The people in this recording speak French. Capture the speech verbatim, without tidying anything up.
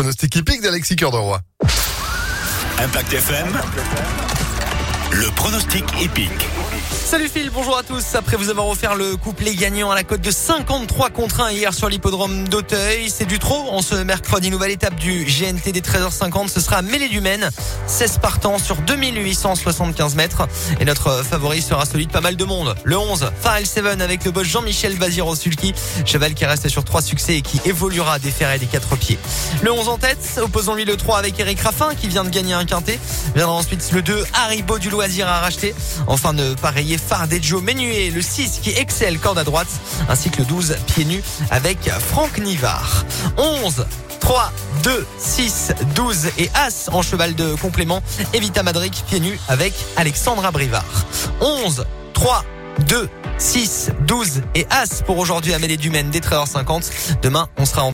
pronostic hippique d'Alexis Cœur de Roi. Impact F M, le pronostic épique. Salut Phil, bonjour à tous. Après vous avoir offert le couplet gagnant à la cote de cinquante-trois contre un hier sur l'hippodrome d'Auteuil, c'est du trop. En ce mercredi, nouvelle étape du G N T des treize heures cinquante, ce sera à Mêlée-du-Maine. seize partants sur deux mille huit cent soixante-quinze mètres. Et notre favori sera celui de pas mal de monde. Le onze, Pharrell Seven avec le boss Jean-Michel Bazir-Osulki. Cheval qui reste sur trois succès et qui évoluera des ferrets des quatre pieds. Le onze en tête, opposons-lui le trois avec Eric Raffin qui vient de gagner un quintet. Viendra ensuite le deux, Haribo du loisir à racheter. Enfin de pareiller Fardejo Menuet, le six qui excelle corde à droite, ainsi que le douze pieds nus avec Franck Nivard. onze, trois, deux, six, douze et As en cheval de complément, Evita Madric pieds nus avec Alexandra Brivard. onze, trois, deux, six, douze et As pour aujourd'hui à Mêlée-du-Maine des treize heures cinquante. Demain, on sera en